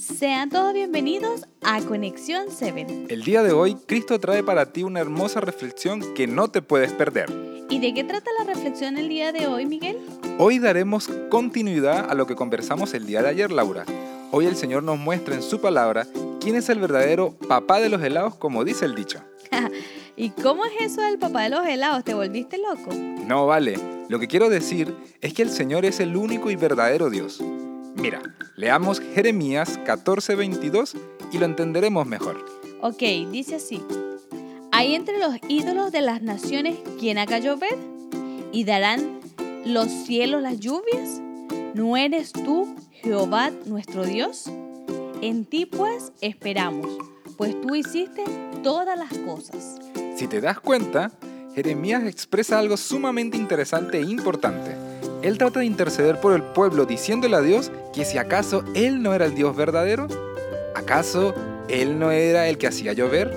Sean todos bienvenidos a Conexión 7. El día de hoy, Cristo trae para ti una hermosa reflexión que no te puedes perder. ¿Y de qué trata la reflexión el día de hoy, Miguel? Hoy daremos continuidad a lo que conversamos el día de ayer, Laura. Hoy el Señor nos muestra en su palabra quién es el verdadero papá de los helados, como dice el dicho. ¿Y cómo es eso del papá de los helados? ¿Te volviste loco? No, vale. Lo que quiero decir es que el Señor es el único y verdadero Dios. Mira, leamos Jeremías 14:22 y lo entenderemos mejor. Ok, dice así. ¿Hay entre los ídolos de las naciones quien haga llover? ¿Y darán los cielos las lluvias? ¿No eres tú, Jehová, nuestro Dios? En ti pues esperamos, pues tú hiciste todas las cosas. Si te das cuenta, Jeremías expresa algo sumamente interesante e importante. Él trata de interceder por el pueblo diciéndole a Dios que si acaso Él no era el Dios verdadero, ¿acaso Él no era el que hacía llover?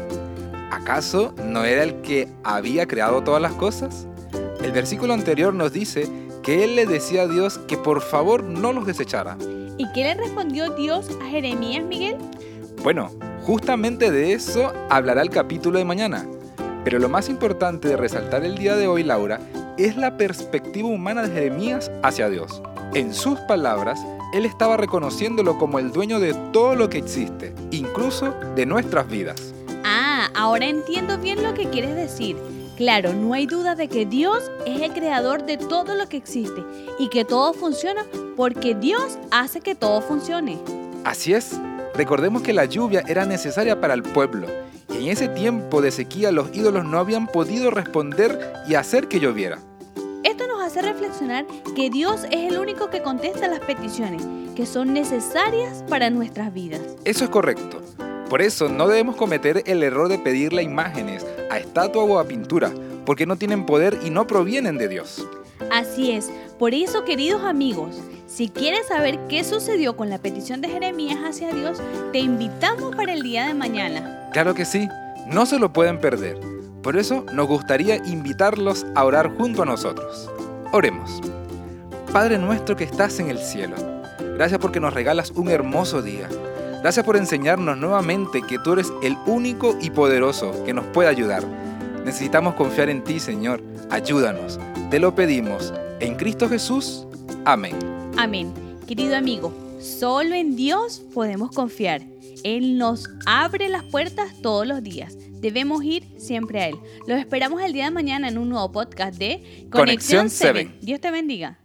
¿Acaso no era el que había creado todas las cosas? El versículo anterior nos dice que Él le decía a Dios que por favor no los desechara. ¿Y qué le respondió Dios a Jeremías, Miguel? Bueno, justamente de eso hablará el capítulo de mañana. Pero lo más importante de resaltar el día de hoy, Laura, es la perspectiva humana de Jeremías hacia Dios. En sus palabras, él estaba reconociéndolo como el dueño de todo lo que existe, incluso de nuestras vidas. Ahora entiendo bien lo que quieres decir. Claro, no hay duda de que Dios es el creador de todo lo que existe y que todo funciona porque Dios hace que todo funcione. Así es. Recordemos que la lluvia era necesaria para el pueblo. Y en ese tiempo de sequía los ídolos no habían podido responder y hacer que lloviera. Esto nos hace reflexionar que Dios es el único que contesta las peticiones que son necesarias para nuestras vidas. Eso es correcto. Por eso no debemos cometer el error de pedirle a imágenes, a estatua o a pintura, porque no tienen poder y no provienen de Dios. Así es. Por eso, queridos amigos, si quieres saber qué sucedió con la petición de Jeremías hacia Dios, te invitamos para el día de mañana. Claro que sí, no se lo pueden perder. Por eso nos gustaría invitarlos a orar junto a nosotros. Oremos. Padre nuestro que estás en el cielo, gracias porque nos regalas un hermoso día. Gracias por enseñarnos nuevamente que tú eres el único y poderoso que nos puede ayudar. Necesitamos confiar en ti, Señor. Ayúdanos. Te lo pedimos. En Cristo Jesús. Amén. Amén. Querido amigo, solo en Dios podemos confiar. Él nos abre las puertas todos los días. Debemos ir siempre a Él. Los esperamos el día de mañana en un nuevo podcast de Conexión 7. Dios te bendiga.